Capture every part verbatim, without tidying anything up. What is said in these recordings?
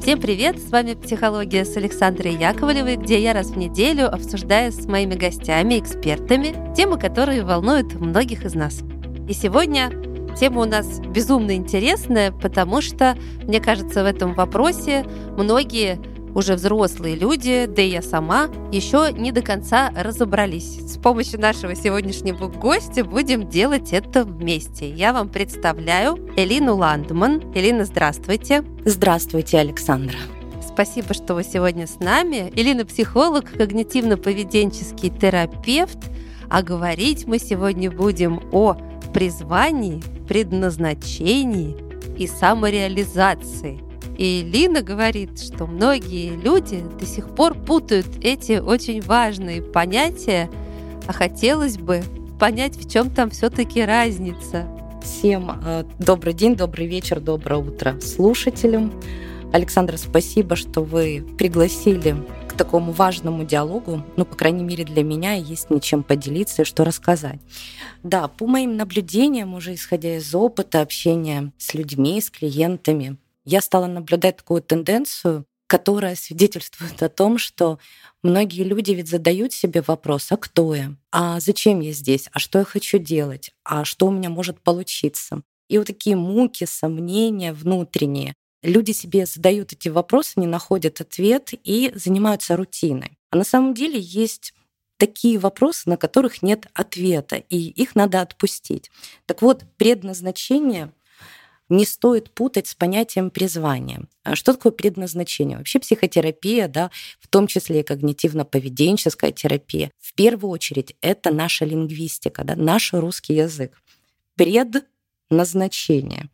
Всем привет! С вами «Психология» с Александрой Яковлевой, где я раз в неделю обсуждаю с моими гостями, экспертами, темы, которые волнуют многих из нас. И сегодня тема у нас безумно интересная, потому что, мне кажется, в этом вопросе многие уже взрослые люди, да и я сама, еще не до конца разобрались. С помощью нашего сегодняшнего гостя будем делать это вместе. Я вам представляю Элину Ландман. Элина, здравствуйте. Здравствуйте, Александра. Спасибо, что вы сегодня с нами. Элина – психолог, когнитивно-поведенческий терапевт. А говорить мы сегодня будем о призвании, предназначении и самореализации. И Лина говорит, что многие люди до сих пор путают эти очень важные понятия, а хотелось бы понять, в чем там все-таки разница. Всем э, добрый день, добрый вечер, доброе утро слушателям. Александра, спасибо, что вы пригласили к такому важному диалогу. Ну, по крайней мере, для меня есть нечем поделиться и что рассказать. Да, по моим наблюдениям, уже исходя из опыта общения с людьми, с клиентами, я стала наблюдать такую тенденцию, которая свидетельствует о том, что многие люди ведь задают себе вопрос: а кто я? А зачем я здесь? А что я хочу делать? А что у меня может получиться? И вот такие муки, сомнения внутренние. Люди себе задают эти вопросы, не находят ответ и занимаются рутиной. А на самом деле есть такие вопросы, на которых нет ответа, и их надо отпустить. Так вот, предназначение не стоит путать с понятием призвания. А что такое предназначение? Вообще психотерапия, да, в том числе и когнитивно-поведенческая терапия, в первую очередь это наша лингвистика, да, наш русский язык. Предназначение.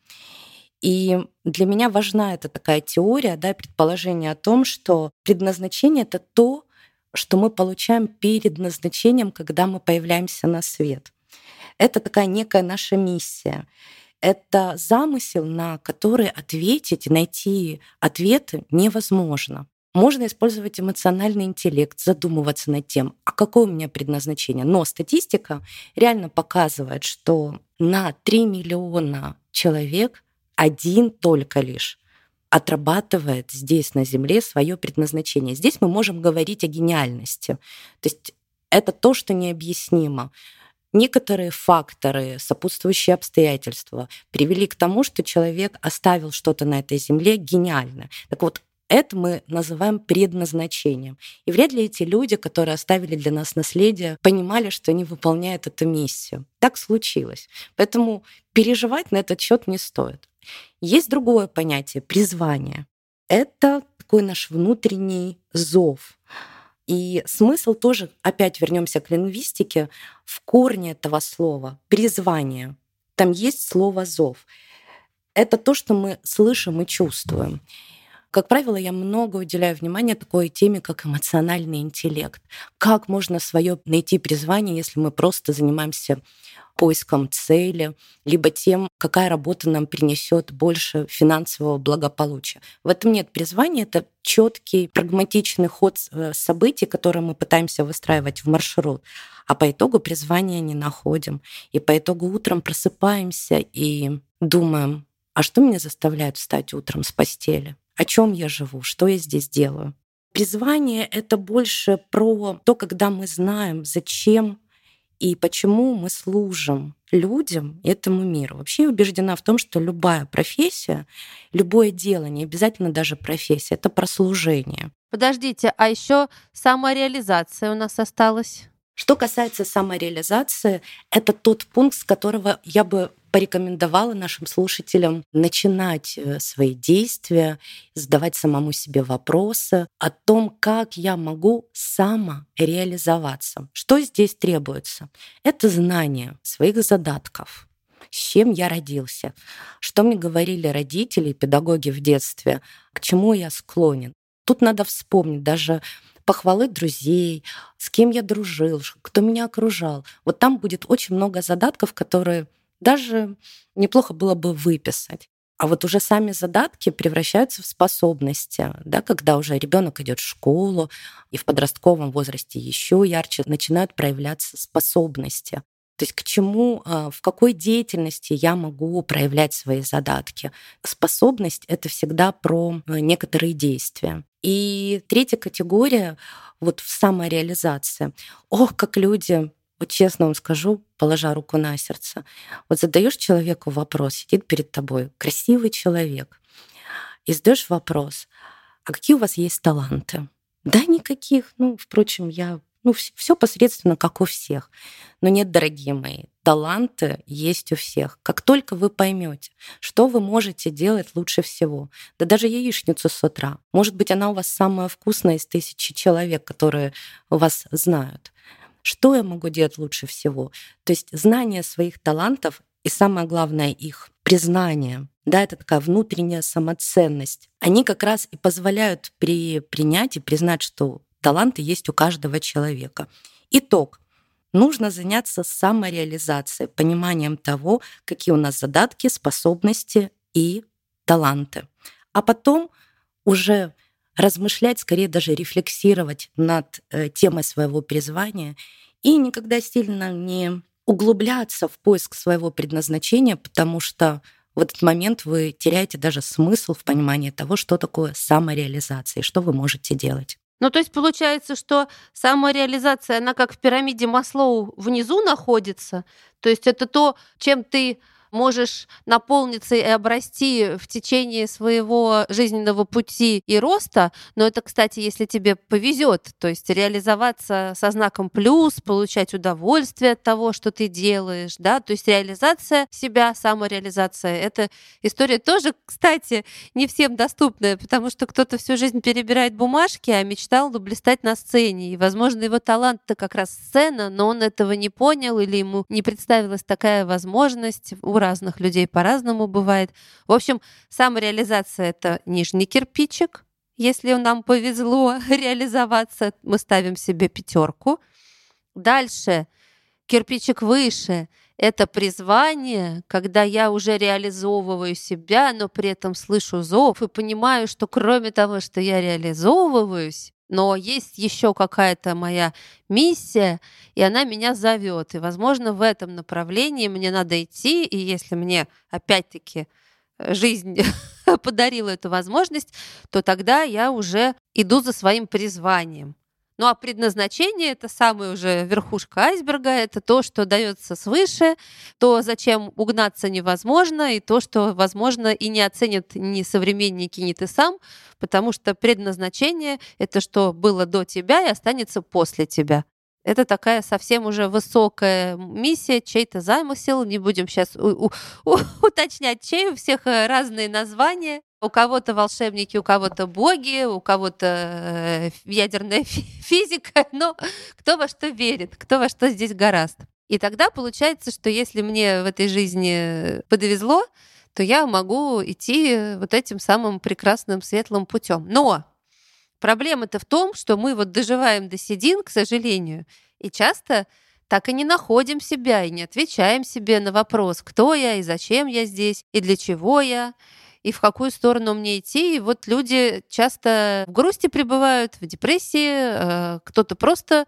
И для меня важна эта такая теория, да, предположение о том, что предназначение — это то, что мы получаем перед назначением, когда мы появляемся на свет. Это такая некая наша миссия. Это замысел, на который ответить, найти ответы невозможно. Можно использовать эмоциональный интеллект, задумываться над тем, а какое у меня предназначение. Но статистика реально показывает, что на три миллиона человек один только лишь отрабатывает здесь, на Земле, свое предназначение. Здесь мы можем говорить о гениальности. То есть это то, что необъяснимо. Некоторые факторы, сопутствующие обстоятельства привели к тому, что человек оставил что-то на этой земле гениальное. Так вот, это мы называем предназначением. И вряд ли эти люди, которые оставили для нас наследие, понимали, что они выполняют эту миссию. Так случилось. Поэтому переживать на этот счет не стоит. Есть другое понятие — призвание. Это такой наш внутренний зов. И смысл тоже, опять вернемся к лингвистике, в корне этого слова — призвание. Там есть слово «зов». Это то, что мы слышим и чувствуем. Как правило, я много уделяю внимания такой теме, как эмоциональный интеллект. Как можно свое найти призвание, если мы просто занимаемся поиском цели, либо тем, какая работа нам принесет больше финансового благополучия. В этом нет призвания, это четкий, прагматичный ход событий, которые мы пытаемся выстраивать в маршрут, а по итогу призвания не находим. И по итогу утром просыпаемся и думаем: а что меня заставляет встать утром с постели? О чем я живу? Что я здесь делаю? Призвание — это больше про то, когда мы знаем, зачем и почему мы служим людям и этому миру. Вообще я убеждена в том, что любая профессия, любое дело, не обязательно даже профессия, это про служение. Подождите, а еще самореализация у нас осталась. Что касается самореализации, это тот пункт, с которого я бы порекомендовала нашим слушателям начинать свои действия, задавать самому себе вопросы о том, как я могу самореализоваться. Что здесь требуется? Это знание своих задатков, с чем я родился, что мне говорили родители, педагоги в детстве, к чему я склонен. Тут надо вспомнить даже похвалы друзей, с кем я дружил, кто меня окружал. Вот там будет очень много задатков, которые даже неплохо было бы выписать. А вот уже сами задатки превращаются в способности, да, когда уже ребенок идет в школу, и в подростковом возрасте еще ярче начинают проявляться способности. То есть к чему, в какой деятельности я могу проявлять свои задатки. Способность — это всегда про некоторые действия. И третья категория — вот самореализация. Ох, как люди, вот честно вам скажу, положа руку на сердце, вот задаешь человеку вопрос, сидит перед тобой красивый человек, и задаешь вопрос: а какие у вас есть таланты? Да никаких. Ну, впрочем, я... Ну, все посредственно, как у всех. Но нет, дорогие мои, таланты есть у всех. Как только вы поймете, что вы можете делать лучше всего, да даже яичницу с утра, может быть, она у вас самая вкусная из тысячи человек, которые вас знают. Что я могу делать лучше всего? То есть знание своих талантов и, самое главное, их признание, да, это такая внутренняя самоценность. Они как раз и позволяют при принять и признать, что таланты есть у каждого человека. Итог. Нужно заняться самореализацией, пониманием того, какие у нас задатки, способности и таланты. А потом уже размышлять, скорее даже рефлексировать над темой своего призвания и никогда сильно не углубляться в поиск своего предназначения, потому что в этот момент вы теряете даже смысл в понимании того, что такое самореализация и что вы можете делать. Ну, то есть получается, что самореализация, она как в пирамиде Маслоу внизу находится. То есть это то, чем ты можешь наполниться и обрасти в течение своего жизненного пути и роста. Но это, кстати, если тебе повезет, то есть реализоваться со знаком плюс, получать удовольствие от того, что ты делаешь, да, то есть реализация себя, самореализация. Эта история тоже, кстати, не всем доступная, потому что кто-то всю жизнь перебирает бумажки, а мечтал блистать на сцене. И, возможно, его талант-то как раз сцена, но он этого не понял или ему не представилась такая возможность. У разных людей по-разному бывает. В общем, самореализация — это нижний кирпичик. Если нам повезло реализоваться, мы ставим себе пятерку. Дальше кирпичик выше — это призвание, когда я уже реализовываю себя, но при этом слышу зов и понимаю, что кроме того, что я реализовываюсь, но есть еще какая-то моя миссия, и она меня зовет. И, возможно, в этом направлении мне надо идти, и если мне, опять-таки, жизнь подарила эту возможность, то тогда я уже иду за своим призванием. Ну а предназначение — это самая уже верхушка айсберга, это то, что дается свыше, то, зачем угнаться невозможно, и то, что, возможно, и не оценят ни современники, ни ты сам, потому что предназначение — это что было до тебя и останется после тебя. Это такая совсем уже высокая миссия, чей-то замысел. Не будем сейчас у- у- у- уточнять, чей, у всех разные названия. У кого-то волшебники, у кого-то боги, у кого-то э, ядерная фи- физика, но кто во что верит, кто во что здесь гораст. И тогда получается, что если мне в этой жизни подвезло, то я могу идти вот этим самым прекрасным светлым путем. Но проблема-то в том, что мы вот доживаем до седин, к сожалению, и часто так и не находим себя, и не отвечаем себе на вопрос, кто я, и зачем я здесь, и для чего я, и в какую сторону мне идти. И вот люди часто в грусти пребывают, в депрессии, кто-то просто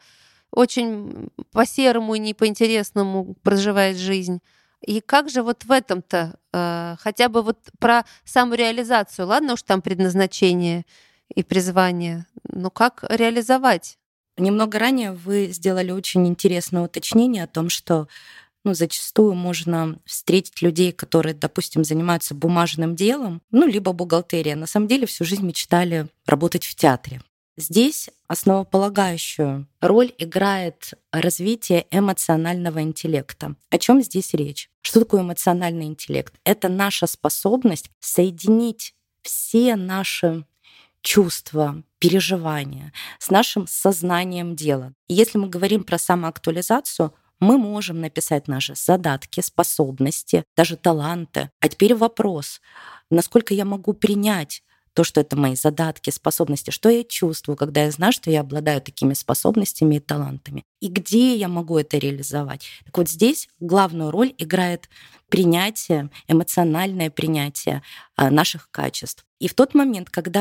очень по-серому и не по-интересному проживает жизнь. И как же вот в этом-то, хотя бы вот про самореализацию, ладно уж там предназначение и призвание, но как реализовать? Немного ранее вы сделали очень интересное уточнение о том, что ну, зачастую можно встретить людей, которые, допустим, занимаются бумажным делом, ну, либо бухгалтерия. На самом деле всю жизнь мечтали работать в театре. Здесь основополагающую роль играет развитие эмоционального интеллекта. О чем здесь речь? Что такое эмоциональный интеллект? Это наша способность соединить все наши чувства, переживания с нашим сознанием дела. И если мы говорим про самоактуализацию, мы можем написать наши задатки, способности, даже таланты. А теперь вопрос, насколько я могу принять то, что это мои задатки, способности, что я чувствую, когда я знаю, что я обладаю такими способностями и талантами, и где я могу это реализовать. Так вот здесь главную роль играет принятие, эмоциональное принятие наших качеств. И в тот момент, когда мы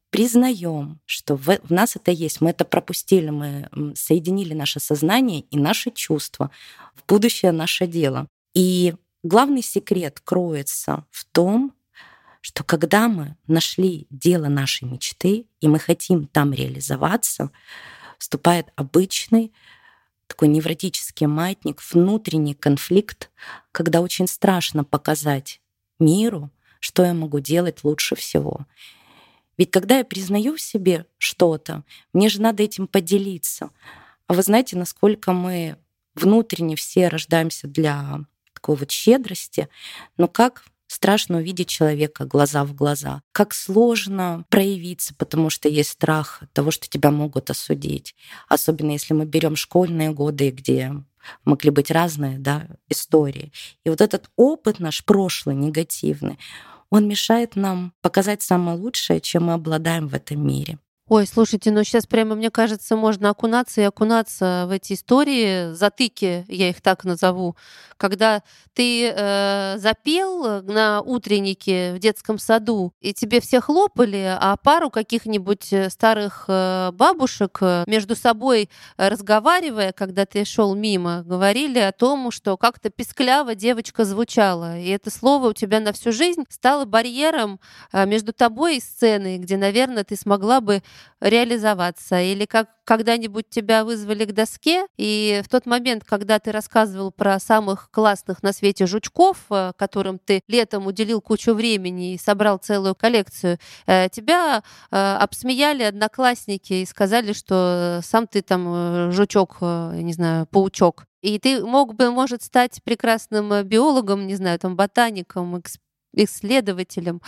признаем, что в, в нас это есть, мы это пропустили, мы соединили наше сознание и наши чувства в будущее наше дело. И главный секрет кроется в том, что когда мы нашли дело нашей мечты, и мы хотим там реализоваться, вступает обычный такой невротический маятник, внутренний конфликт, когда очень страшно показать миру, что я могу делать лучше всего. Ведь когда я признаю в себе что-то, мне же надо этим поделиться. А вы знаете, насколько мы внутренне все рождаемся для такой вот щедрости, но как страшно увидеть человека глаза в глаза, как сложно проявиться, потому что есть страх того, что тебя могут осудить. Особенно если мы берем школьные годы, где могли быть разные, да, истории. И вот этот опыт наш прошлый, негативный, он мешает нам показать самое лучшее, чем мы обладаем в этом мире. Ой, слушайте, ну сейчас прямо, мне кажется, можно окунаться и окунаться в эти истории, затыки, я их так назову, когда ты э, запел на утреннике в детском саду, и тебе все хлопали, а пару каких-нибудь старых э, бабушек э, между собой разговаривая, когда ты шел мимо, говорили о том, что как-то пискляво девочка звучала, и это слово у тебя на всю жизнь стало барьером э, между тобой и сценой, где, наверное, ты смогла бы реализоваться. Или как когда-нибудь тебя вызвали к доске, и в тот момент, когда ты рассказывал про самых классных на свете жучков, которым ты летом уделил кучу времени и собрал целую коллекцию, тебя обсмеяли одноклассники и сказали, что сам ты там жучок, я не знаю, паучок. И ты мог бы, может, стать прекрасным биологом, не знаю, там, ботаником, экспертом, исследователем,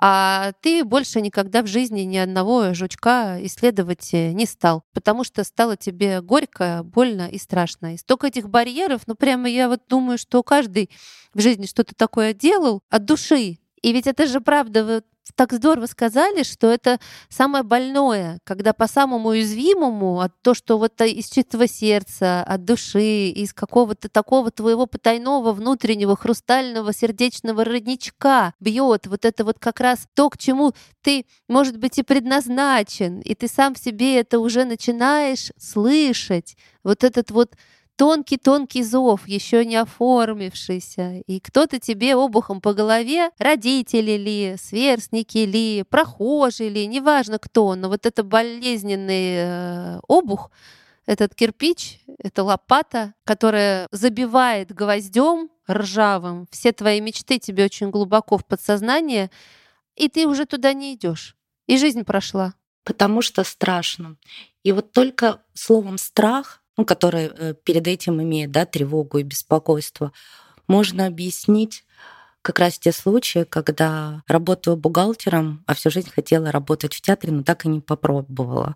а ты больше никогда в жизни ни одного жучка исследовать не стал, потому что стало тебе горько, больно и страшно. И столько этих барьеров, ну прямо я вот думаю, что каждый в жизни что-то такое делал от души. И ведь это же правда, вы так здорово сказали, что это самое больное, когда по самому уязвимому, от то, что вот из чистого сердца, от души, из какого-то такого твоего потайного внутреннего хрустального сердечного родничка бьет вот это вот как раз то, к чему ты, может быть, и предназначен, и ты сам в себе это уже начинаешь слышать, вот этот вот тонкий-тонкий зов, еще не оформившийся, и кто-то тебе обухом по голове, родители ли, сверстники ли, прохожие ли, неважно кто, но вот это болезненный э, обух, этот кирпич, эта лопата, которая забивает гвоздем ржавым все твои мечты тебе очень глубоко в подсознание, и ты уже туда не идешь, и жизнь прошла. Потому что страшно. И вот только словом «страх», ну, который перед этим имеет, да, тревогу и беспокойство, можно объяснить как раз те случаи, когда работаю бухгалтером, а всю жизнь хотела работать в театре, но так и не попробовала.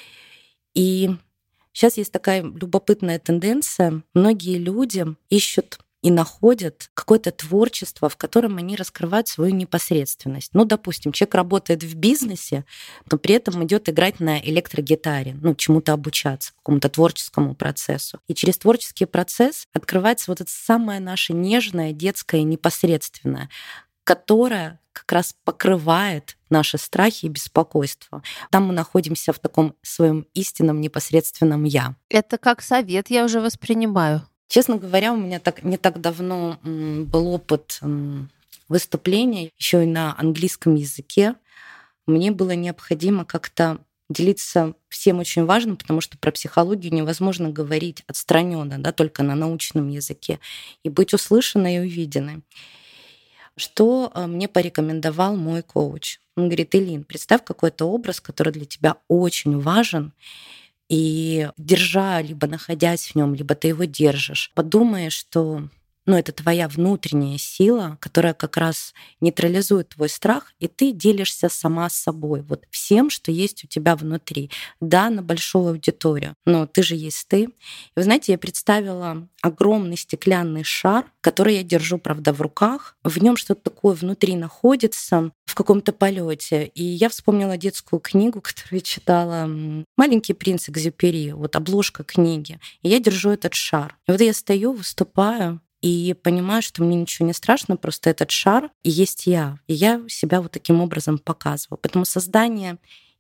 И сейчас есть такая любопытная тенденция. Многие люди ищут и находят какое-то творчество, в котором они раскрывают свою непосредственность. Ну, допустим, человек работает в бизнесе, но при этом идет играть на электрогитаре, ну, чему-то обучаться, какому-то творческому процессу. И через творческий процесс открывается вот это самое наше нежное, детское, непосредственное, которое как раз покрывает наши страхи и беспокойства. Там мы находимся в таком своем истинном, непосредственном «я». Это как совет я уже воспринимаю. Честно говоря, у меня так, не так давно был опыт выступления, еще и на английском языке. Мне было необходимо как-то делиться всем очень важным, потому что про психологию невозможно говорить отстраненно, да, только на научном языке, и быть услышанной и увиденной. Что мне порекомендовал мой коуч? Он говорит: Элин, представь какой-то образ, который для тебя очень важен, и держа, либо находясь в нем, либо ты его держишь, подумай, что ну, это твоя внутренняя сила, которая как раз нейтрализует твой страх, и ты делишься сама с собой, вот всем, что есть у тебя внутри. Да, на большую аудиторию, но ты же есть ты. И вы знаете, я представила огромный стеклянный шар, который я держу, правда, в руках. В нем что-то такое внутри находится в каком-то полете. И я вспомнила детскую книгу, которую я читала, «Маленький принц» Экзюпери, вот обложка книги. И я держу этот шар. И вот я стою, выступаю, и понимаю, что мне ничего не страшно, просто этот шар и есть я. И я себя вот таким образом показываю. Поэтому создание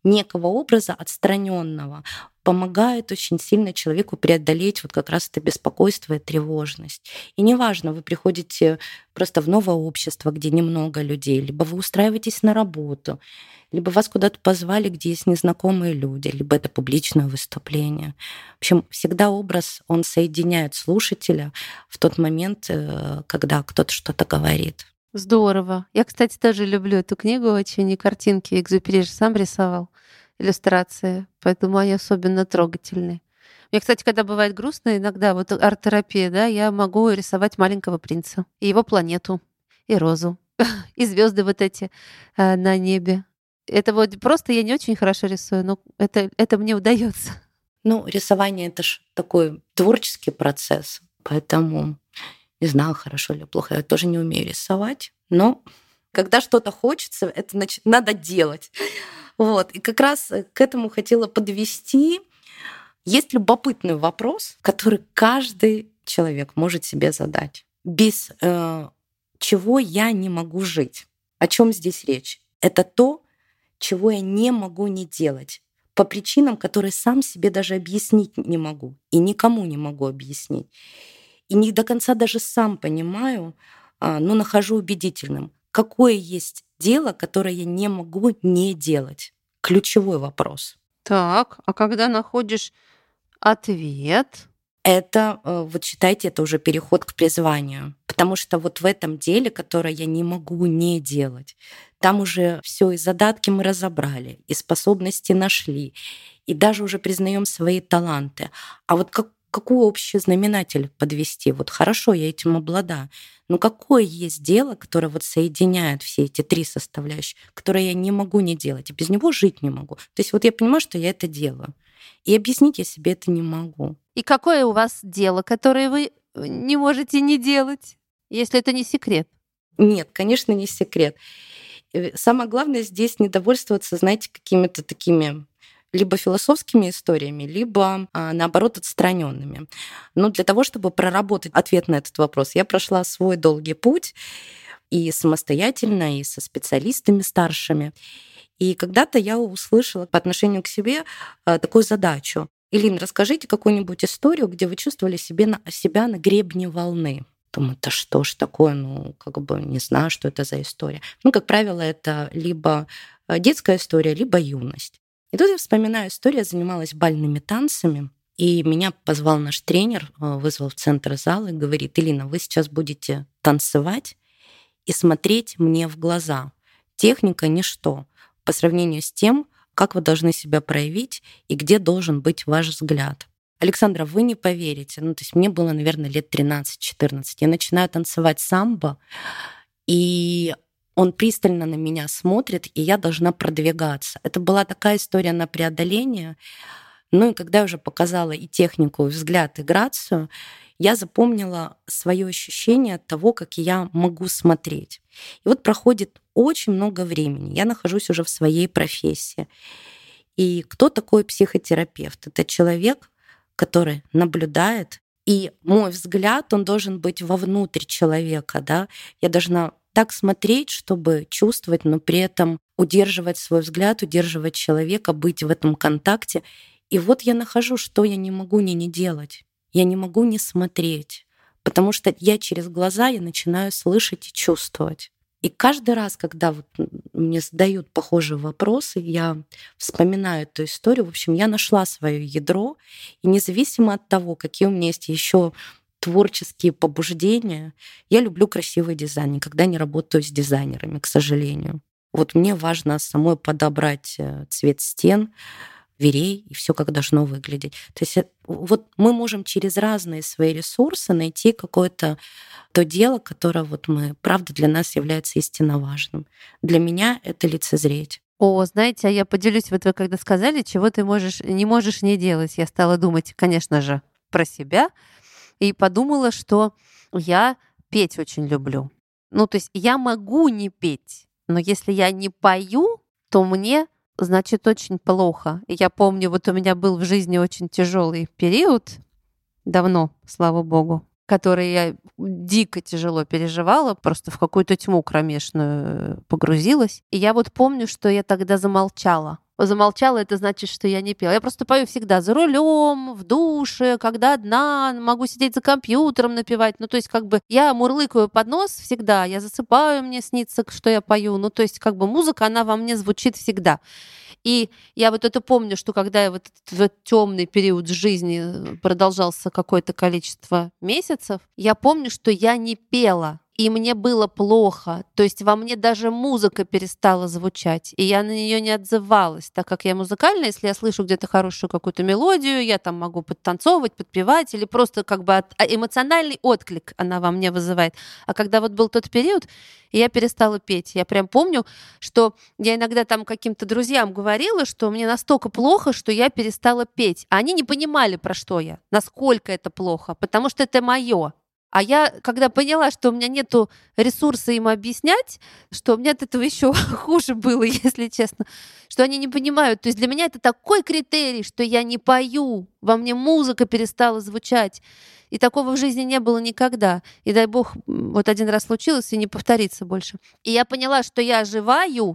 некого образа отстраненного помогает очень сильно человеку преодолеть вот как раз это беспокойство и тревожность. И неважно, вы приходите просто в новое общество, где немного людей, либо вы устраиваетесь на работу, либо вас куда-то позвали, где есть незнакомые люди, либо это публичное выступление. В общем, всегда образ, он соединяет слушателя в тот момент, когда кто-то что-то говорит. Здорово. Я, кстати, тоже люблю эту книгу очень, и картинки Экзюпери же сам рисовал, иллюстрации, поэтому они особенно трогательные. Мне, кстати, когда бывает грустно, иногда вот арт-терапия, да, я могу рисовать маленького принца, и его планету, и розу, и звезды вот эти э, на небе. Это вот просто я не очень хорошо рисую, но это, это мне удается. Ну, рисование — это ж такой творческий процесс, поэтому не знаю, хорошо или плохо, я тоже не умею рисовать, но когда что-то хочется, это значит, надо делать. Вот. И как раз к этому хотела подвести. Есть любопытный вопрос, который каждый человек может себе задать. Без э, чего я не могу жить? О чем здесь речь? Это то, чего я не могу не делать по причинам, которые сам себе даже объяснить не могу и никому не могу объяснить. И не до конца даже сам понимаю, но нахожу убедительным, какое есть дело, которое я не могу не делать. Ключевой вопрос. Так, а когда находишь ответ? Это, вот считайте, это уже переход к призванию. Потому что вот в этом деле, которое я не могу не делать, там уже все и задатки мы разобрали, и способности нашли, и даже уже признаем свои таланты. А вот как какой общий знаменатель подвести? Вот хорошо, я этим обладаю, но какое есть дело, которое вот соединяет все эти три составляющие, которое я не могу не делать, и без него жить не могу. То есть вот я понимаю, что я это делаю, и объяснить я себе это не могу. И какое у вас дело, которое вы не можете не делать, если это не секрет? Нет, конечно, не секрет. Самое главное здесь не довольствоваться, знаете, какими-то такими либо философскими историями, либо, наоборот, отстраненными. Но для того, чтобы проработать ответ на этот вопрос, я прошла свой долгий путь и самостоятельно, и со специалистами старшими. И когда-то я услышала по отношению к себе такую задачу. Илина, расскажите какую-нибудь историю, где вы чувствовали себе на, себя на гребне волны. Думаю, это что ж такое? Ну, как бы не знаю, что это за история. Ну, как правило, это либо детская история, либо юность. И тут я вспоминаю историю, я занималась бальными танцами, и меня позвал наш тренер, вызвал в центр зала и говорит: Илина, вы сейчас будете танцевать и смотреть мне в глаза. Техника — ничто по сравнению с тем, как вы должны себя проявить и где должен быть ваш взгляд. Александра, вы не поверите, ну, то есть мне было, наверное, лет тринадцать-четырнадцать. Я начинаю танцевать самбо, и он пристально на меня смотрит, и я должна продвигаться. Это была такая история на преодоление. Ну и когда я уже показала и технику, и взгляд, и грацию, я запомнила свое ощущение от того, как я могу смотреть. И вот проходит очень много времени. Я нахожусь уже в своей профессии. И кто такой психотерапевт? Это человек, который наблюдает, и мой взгляд, он должен быть вовнутрь человека, да. Я должна так смотреть, чтобы чувствовать, но при этом удерживать свой взгляд, удерживать человека, быть в этом контакте. И вот я нахожу, что я не могу не не делать. Я не могу не смотреть, потому что я через глаза я начинаю слышать и чувствовать. И каждый раз, когда вот мне задают похожие вопросы, я вспоминаю эту историю. В общем, я нашла свое ядро, и независимо от того, какие у меня есть еще творческие побуждения, я люблю красивый дизайн, никогда не работаю с дизайнерами, к сожалению. Вот мне важно самой подобрать цвет стен, дверей и все как должно выглядеть. То есть вот мы можем через разные свои ресурсы найти какое-то то дело, которое вот мы, правда, для нас является истинно важным. Для меня это лицезреть. О, знаете, а я поделюсь, вот вы когда сказали, чего ты можешь, не можешь не делать, я стала думать, конечно же, про себя, и подумала, что я петь очень люблю. Ну, то есть я могу не петь, но если я не пою, то мне, значит, очень плохо. И я помню, вот у меня был в жизни очень тяжелый период, давно, слава богу, который я дико тяжело переживала, просто в какую-то тьму кромешную погрузилась. И я вот помню, что я тогда замолчала. замолчала, это значит, что я не пела. Я просто пою всегда за рулем, в душе, когда одна, могу сидеть за компьютером напевать. Ну, то есть, как бы я мурлыкаю под нос всегда, я засыпаю, мне снится, что я пою. Ну, то есть, как бы музыка, она во мне звучит всегда. И я вот это помню, что когда я вот этот темный период жизни продолжался какое-то количество месяцев, я помню, что я не пела. И мне было плохо. То есть во мне даже музыка перестала звучать. И я на нее не отзывалась, так как я музыкальная. Если я слышу где-то хорошую какую-то мелодию, я там могу подтанцовывать, подпевать, или просто как бы от... эмоциональный отклик она во мне вызывает. А когда вот был тот период, я перестала петь. Я прям помню, что я иногда там каким-то друзьям говорила, что мне настолько плохо, что я перестала петь. А они не понимали, про что я, насколько это плохо, потому что это мое. А я, когда поняла, что у меня нету ресурса им объяснять, что у меня от этого еще хуже было, если честно, что они не понимают. То есть для меня это такой критерий, что я не пою, во мне музыка перестала звучать. И такого в жизни не было никогда. И дай бог, вот один раз случилось, и не повторится больше. И я поняла, что я оживаю,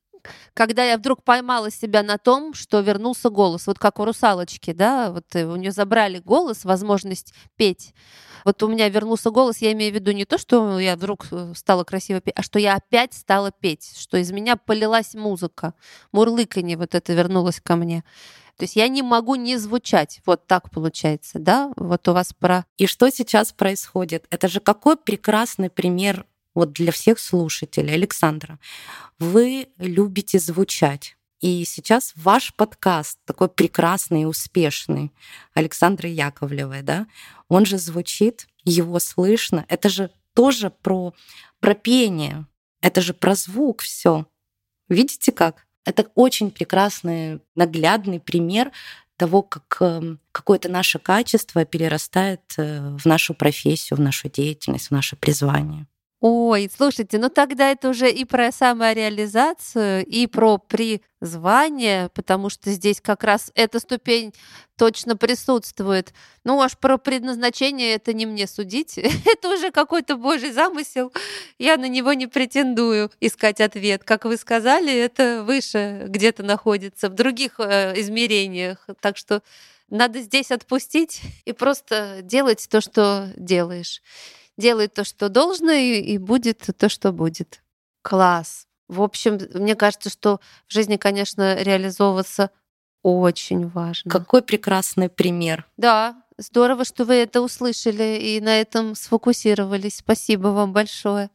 когда я вдруг поймала себя на том, что вернулся голос. Вот как у русалочки, да, вот у нее забрали голос, возможность петь. Вот у меня вернулся голос, я имею в виду не то, что я вдруг стала красиво петь, а что я опять стала петь, что из меня полилась музыка, мурлыканье вот это вернулось ко мне. То есть я не могу не звучать. Вот так получается, да? Вот у вас про... И что сейчас происходит? Это же какой прекрасный пример вот для всех слушателей. Александра, вы любите звучать. И сейчас ваш подкаст, такой прекрасный и успешный, Александры Яковлевой, да, он же звучит, его слышно. Это же тоже про, про пение, это же про звук все. Видите как? Это очень прекрасный, наглядный пример того, как какое-то наше качество перерастает в нашу профессию, в нашу деятельность, в наше призвание. Ой, слушайте, ну тогда это уже и про самореализацию, и про призвание, потому что здесь как раз эта ступень точно присутствует. Ну, аж про предназначение это не мне судить. Это уже какой-то божий замысел. Я на него не претендую искать ответ. Как вы сказали, это выше где-то находится, в других э, измерениях. Так что надо здесь отпустить и просто делать то, что делаешь. Делай то, что должно, и, и будет то, что будет. Класс. В общем, мне кажется, что в жизни, конечно, реализовываться очень важно. Какой прекрасный пример. Да, здорово, что вы это услышали и на этом сфокусировались. Спасибо вам большое.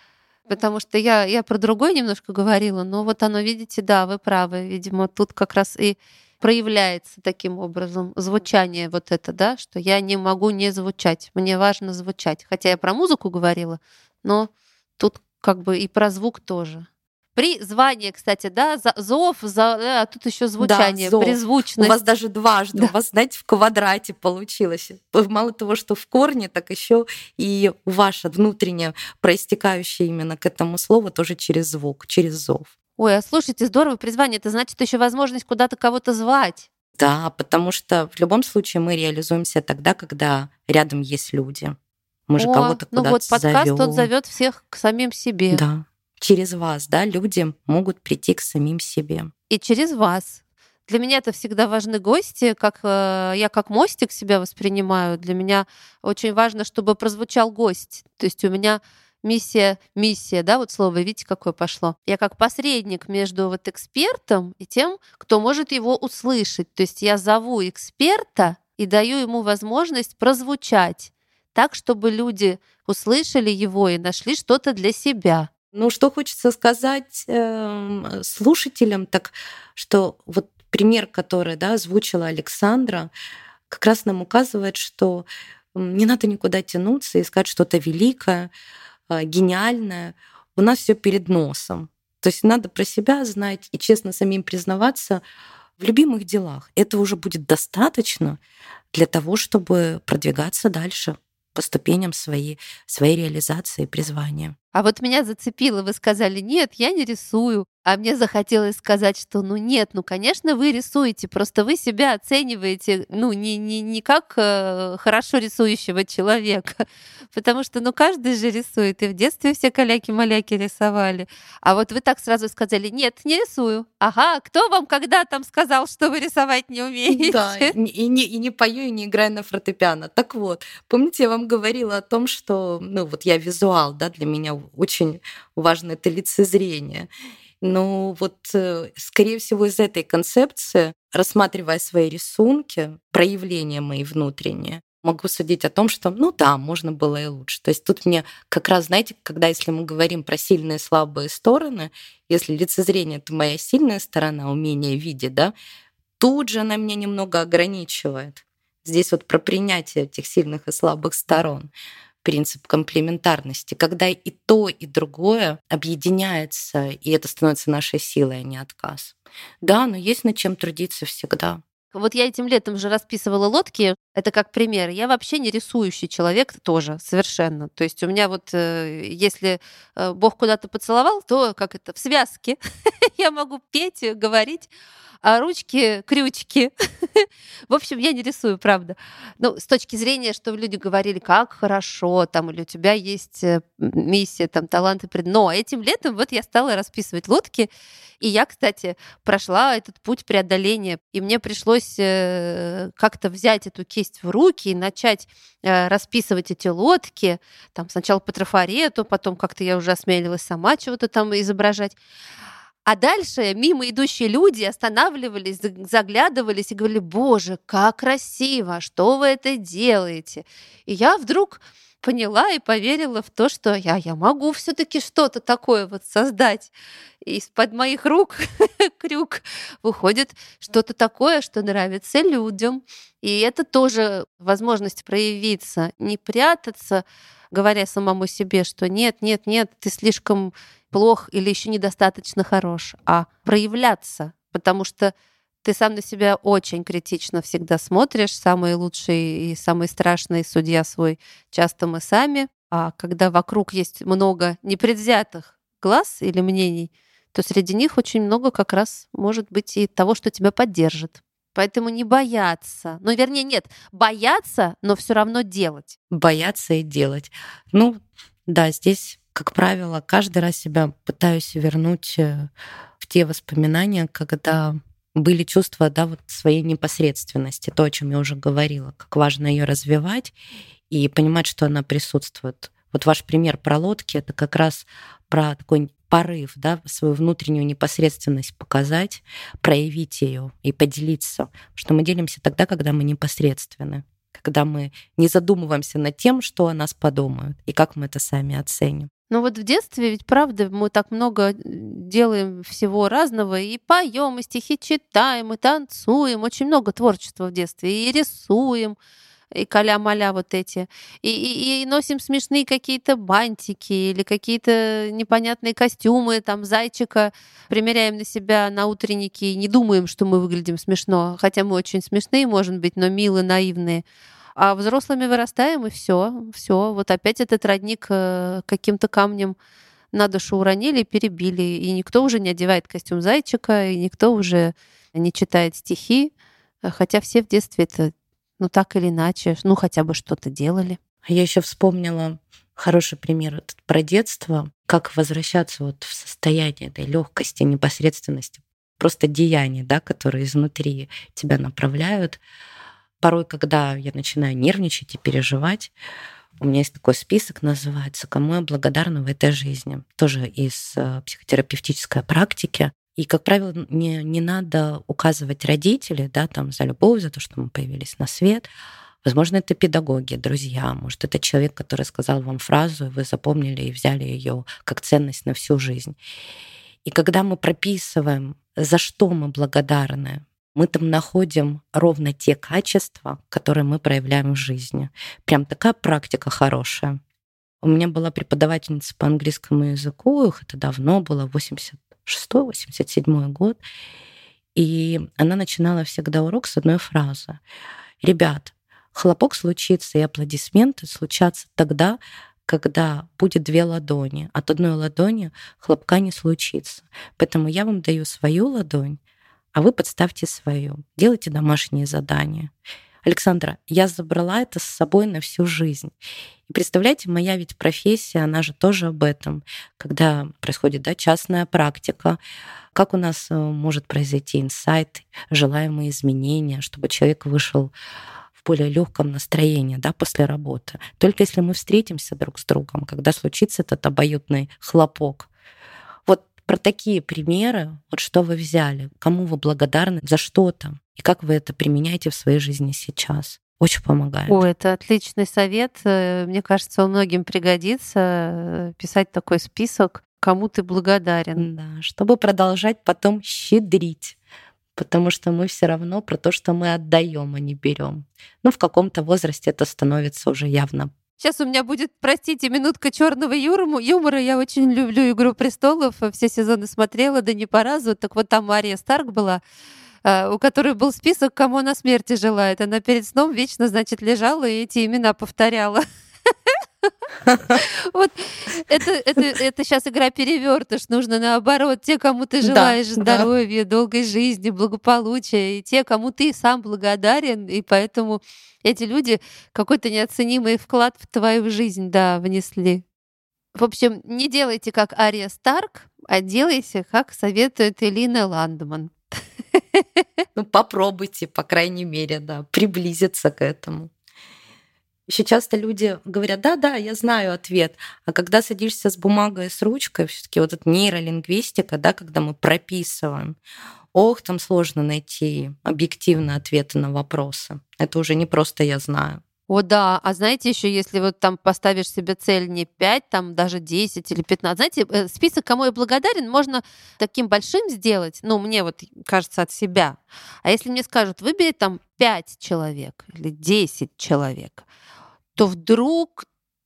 Потому что я, я про другое немножко говорила, но вот оно, видите, да, вы правы. Видимо, тут как раз и проявляется таким образом звучание вот это, да, что я не могу не звучать, мне важно звучать. Хотя я про музыку говорила, но тут как бы и про звук тоже. Призвание, кстати, да, за, зов, за, а тут еще звучание, да, призвучность. У вас даже дважды, да. У вас, знаете, в квадрате получилось. Мало того, что в корне, так еще и ваше внутреннее, проистекающее именно к этому слову, тоже через звук, через зов. Ой, а слушайте, здорово, призвание, это значит еще возможность куда-то кого-то звать. Да, потому что в любом случае мы реализуемся тогда, когда рядом есть люди. Мы же О, кого-то куда-то ну вот подкаст, зовём. он зовет всех к самим себе. Да, через вас, да, люди могут прийти к самим себе. И через вас. Для меня это всегда важны гости, как э, я как мостик себя воспринимаю. Для меня очень важно, чтобы прозвучал гость. То есть у меня миссия, миссия, да, вот слово, видите, какое пошло. Я как посредник между вот экспертом и тем, кто может его услышать. То есть я зову эксперта и даю ему возможность прозвучать так, чтобы люди услышали его и нашли что-то для себя. Ну, что хочется сказать э, слушателям, так что вот пример, который, да, озвучила Александра, как раз нам указывает, что не надо никуда тянуться, искать что-то великое, гениальное, у нас все перед носом. То есть надо про себя знать и честно самим признаваться в любимых делах. Это уже будет достаточно для того, чтобы продвигаться дальше по ступеням своей, своей реализации и призвания. А вот меня зацепило, вы сказали: «Нет, я не рисую». А мне захотелось сказать, что ну нет, ну, конечно, вы рисуете, просто вы себя оцениваете, ну, не, не, не как э, хорошо рисующего человека, потому что, ну, каждый же рисует, и в детстве все каляки-маляки рисовали. А вот вы так сразу сказали: «Нет, не рисую». Ага, кто вам когда там сказал, что вы рисовать не Да, и умеете? не, и не- и не пою, и не играю на фортепиано. Так вот, помните, я вам говорила о том, что, ну, вот я визуал, да, для меня очень важно это лицезрение. Ну, вот, э, скорее всего, из этой концепции, рассматривая свои рисунки, проявления мои внутренние, могу судить о том, что, ну да, можно было и лучше. То есть тут мне как раз, знаете, когда если мы говорим про сильные и слабые стороны, если лицезрение — это моя сильная сторона, умение видеть, да, тут же она меня немного ограничивает. Здесь вот про принятие этих сильных и слабых сторон, принцип комплементарности, когда и то, и другое объединяется, и это становится нашей силой, а не отказ. Да, но есть над чем трудиться всегда. Вот я этим летом же расписывала лодки. Это как пример. Я вообще не рисующий человек тоже, совершенно. То есть у меня вот, э, если э, Бог куда-то поцеловал, то как это, в связке я могу петь, э, говорить, а ручки крючки. В общем, я не рисую, правда. Ну, с точки зрения, что люди говорили, как хорошо, там, или у тебя есть э, миссия, там, таланты. пред- Но этим летом вот я стала расписывать лодки, и я, кстати, прошла этот путь преодоления, и мне пришлось э, как-то взять эту кисть в руки и начать э, расписывать эти лодки, там сначала по трафарету, потом как-то я уже осмелилась сама чего-то там изображать. А дальше мимо идущие люди останавливались, заг- заглядывались и говорили: «Боже, как красиво, что вы это делаете?» И я вдруг поняла и поверила в то, что я, я могу все-таки что-то такое вот создать. И из-под моих рук крюк выходит что-то такое, что нравится людям. И это тоже возможность проявиться, не прятаться, говоря самому себе, что нет, нет, нет, ты слишком плох или еще недостаточно хорош, а проявляться, потому что ты сам на себя очень критично всегда смотришь, самый лучший и самый страшный судья свой часто мы сами, а когда вокруг есть много непредвзятых глаз или мнений, то среди них очень много как раз может быть и того, что тебя поддержит. Поэтому не бояться. Ну, вернее, нет, бояться, но все равно делать. Бояться и делать. Ну, да, здесь, как правило, каждый раз себя пытаюсь вернуть э, в те воспоминания, когда были чувства, да, вот своей непосредственности, то, о чем я уже говорила, как важно ее развивать и понимать, что она присутствует. Вот ваш пример про лодки — это как раз про такой порыв, да, свою внутреннюю непосредственность показать, проявить ее и поделиться. Потому что мы делимся тогда, когда мы непосредственны, когда мы не задумываемся над тем, что о нас подумают и как мы это сами оценим. Но вот в детстве ведь правда мы так много делаем всего разного, и поем, и стихи читаем, и танцуем, очень много творчества в детстве, и рисуем, и каля-маля вот эти, и, и, и носим смешные какие-то бантики или какие-то непонятные костюмы, там, зайчика, примеряем на себя на утренники и не думаем, что мы выглядим смешно, хотя мы очень смешные, может быть, но милые, наивные. А взрослыми вырастаем, и все, все. Вот опять этот родник э, каким-то камнем на душу уронили, перебили. И никто уже не одевает костюм зайчика, и никто уже не читает стихи. э, Хотя все в детстве это, ну так или иначе, ну хотя бы что-то делали. А я еще вспомнила хороший пример этот про детство, как возвращаться вот в состояние этой легкости, непосредственности, просто деяния, да, которые изнутри тебя направляют. Порой, когда я начинаю нервничать и переживать, у меня есть такой список, называется «Кому я благодарна в этой жизни», тоже из э, психотерапевтической практики. И, как правило, не, не надо указывать родителей, да, там, за любовь, за то, что мы появились на свет. Возможно, это педагоги, друзья, может, это человек, который сказал вам фразу, и вы запомнили и взяли ее как ценность на всю жизнь. И когда мы прописываем, за что мы благодарны, мы там находим ровно те качества, которые мы проявляем в жизни. Прям такая практика хорошая. У меня была преподавательница по английскому языку, их это давно было, восемьдесят шестой восемьдесят седьмой год, и она начинала всегда урок с одной фразы. Ребят, хлопок случится и аплодисменты случатся тогда, когда будет две ладони. От одной ладони хлопка не случится. Поэтому я вам даю свою ладонь, а вы подставьте свою. Делайте домашние задания. Александра, я забрала это с собой на всю жизнь. И представляете, моя ведь профессия, она же тоже об этом. Когда происходит, да, частная практика, как у нас может произойти инсайт, желаемые изменения, чтобы человек вышел в более легком настроении, да, после работы. Только если мы встретимся друг с другом, когда случится этот обоюдный хлопок. Вот про такие примеры, вот что вы взяли, кому вы благодарны за что-то, и как вы это применяете в своей жизни сейчас. Очень помогает. О, это отличный совет. Мне кажется, он многим пригодится писать такой список, кому ты благодарен. Да, чтобы продолжать потом щедрить. Потому что мы все равно про то, что мы отдаем, а не берем. Ну, в каком-то возрасте это становится уже явно. Сейчас у меня будет, простите, минутка черного юмора. Я очень люблю «Игру престолов». Все сезоны смотрела, да не по разу. Так вот там Ария Старк была, у которой был список, кому она смерти желает. Она перед сном вечно, значит, лежала и эти имена повторяла. Вот это, это, это сейчас игра перевертыш. Нужно наоборот. Те, кому ты желаешь да, здоровья, да. долгой жизни, благополучия, и те, кому ты сам благодарен. И поэтому эти люди какой-то неоценимый вклад в твою жизнь, да, внесли. В общем, не делайте как Ария Старк, а делайте, как советует Элина Ландман. Ну, попробуйте, по крайней мере, да, приблизиться к этому. Еще часто люди говорят, да-да, я знаю ответ. А когда садишься с бумагой и с ручкой, все-таки вот эта нейролингвистика, да, когда мы прописываем, ох, там сложно найти объективные ответы на вопросы. Это уже не просто я знаю. О, да. А знаете, еще если вот там поставишь себе цель не пять, там даже десять или пятнадцать, знаете, список, кому я благодарен, можно таким большим сделать, ну, мне вот кажется, от себя. А если мне скажут, выбери там пять человек или десять человек, то вдруг,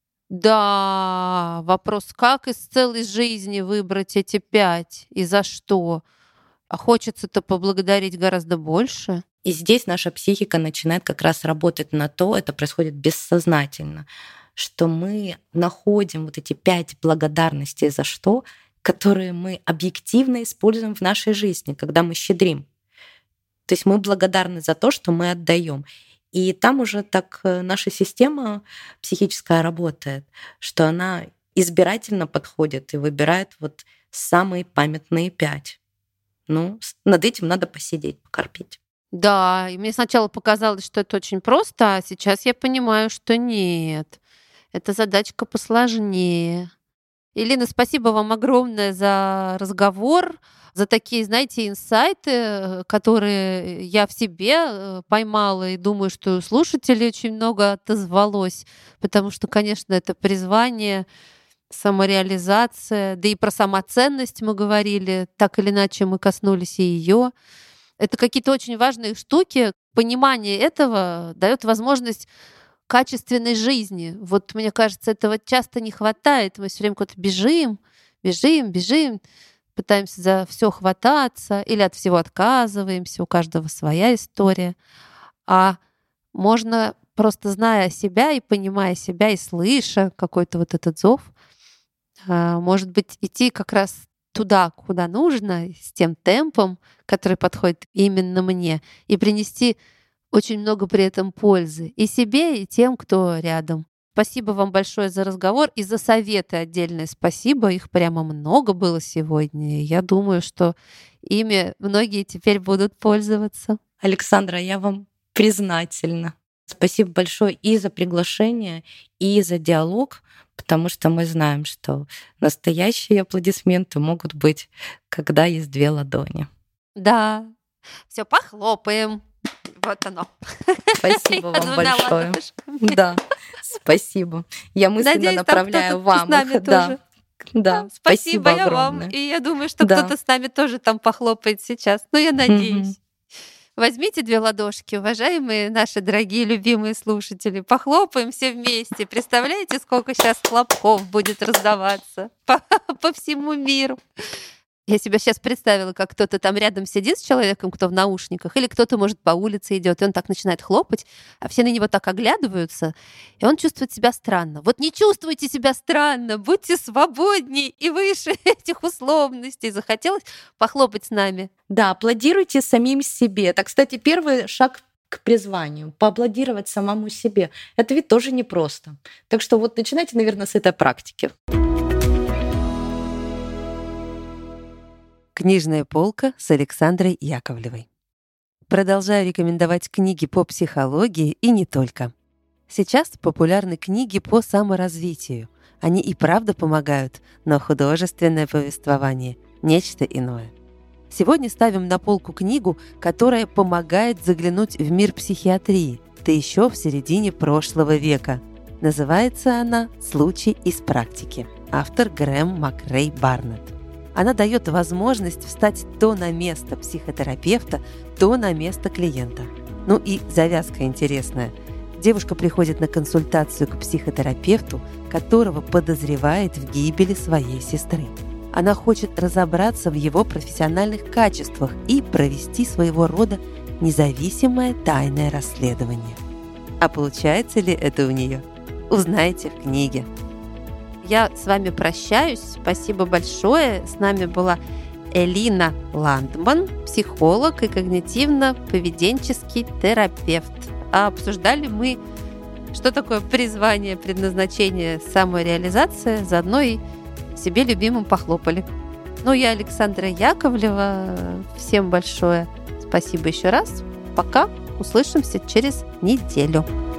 да, вопрос, как из целой жизни выбрать эти пять и за что? А хочется-то поблагодарить гораздо больше. И здесь наша психика начинает как раз работать на то, это происходит бессознательно, что мы находим вот эти пять благодарностей за что, которые мы объективно используем в нашей жизни, когда мы щедрим. То есть мы благодарны за то, что мы отдаем. И там уже так наша система психическая работает, что она избирательно подходит и выбирает вот самые памятные пять. Ну, над этим надо посидеть, покорпеть. Да, и мне сначала показалось, что это очень просто, а сейчас я понимаю, что нет. Эта задачка посложнее. Елена, спасибо вам огромное за разговор, за такие, знаете, инсайты, которые я в себе поймала, и думаю, что слушателей очень много отозвалось, потому что, конечно, это призвание, самореализация, да и про самоценность мы говорили, так или иначе мы коснулись и ее. Это какие-то очень важные штуки. Понимание этого дает возможность качественной жизни. Вот мне кажется, этого часто не хватает. Мы все время куда-то бежим, бежим, бежим, пытаемся за все хвататься или от всего отказываемся. У каждого своя история. А можно, просто зная себя и понимая себя, и слыша какой-то вот этот зов, может быть, идти как раз туда, куда нужно, с тем темпом, который подходит именно мне, и принести очень много при этом пользы и себе, и тем, кто рядом. Спасибо вам большое за разговор и за советы отдельное спасибо. Их прямо много было сегодня. Я думаю, что ими многие теперь будут пользоваться. Александра, я вам признательна. Спасибо большое и за приглашение, и за диалог, потому что мы знаем, что настоящие аплодисменты могут быть, когда есть две ладони. Да. Все, похлопаем. Вот оно. Спасибо вам большое. Да, спасибо. Я мысленно направляю вам их. Да. Да, спасибо я вам. И я думаю, что кто-то с нами тоже там похлопает сейчас. Ну, я надеюсь. Возьмите две ладошки, уважаемые наши дорогие, любимые слушатели. Похлопаем все вместе. Представляете, сколько сейчас хлопков будет раздаваться по, по всему миру? Я себя сейчас представила, как кто-то там рядом сидит с человеком, кто в наушниках, или кто-то, может, по улице идет, и он так начинает хлопать, а все на него так оглядываются, и он чувствует себя странно. Вот не чувствуйте себя странно, будьте свободнее и выше этих условностей. Захотелось похлопать с нами. Да, аплодируйте самим себе. Это, кстати, первый шаг к призванию. Поаплодировать самому себе. Это ведь тоже непросто. Так что вот начинайте, наверное, с этой практики. Книжная полка с Александрой Яковлевой. Продолжаю рекомендовать книги по психологии и не только. Сейчас популярны книги по саморазвитию. Они и правда помогают, но художественное повествование — нечто иное. Сегодня ставим на полку книгу, которая помогает заглянуть в мир психиатрии, да еще в середине прошлого века. Называется она «Случай из практики». Автор Грэм МакРей Барнетт. Она дает возможность встать то на место психотерапевта, то на место клиента. Ну и завязка интересная. Девушка приходит на консультацию к психотерапевту, которого подозревает в гибели своей сестры. Она хочет разобраться в его профессиональных качествах и провести своего рода независимое тайное расследование. А получается ли это у нее? Узнаете в книге. Я с вами прощаюсь. Спасибо большое. С нами была Элина Ландман, психолог и когнитивно-поведенческий терапевт. А обсуждали мы, что такое призвание, предназначение, самореализация. Заодно и себе любимым похлопали. Ну, я Александра Яковлева. Всем большое спасибо еще раз. Пока. Услышимся через неделю.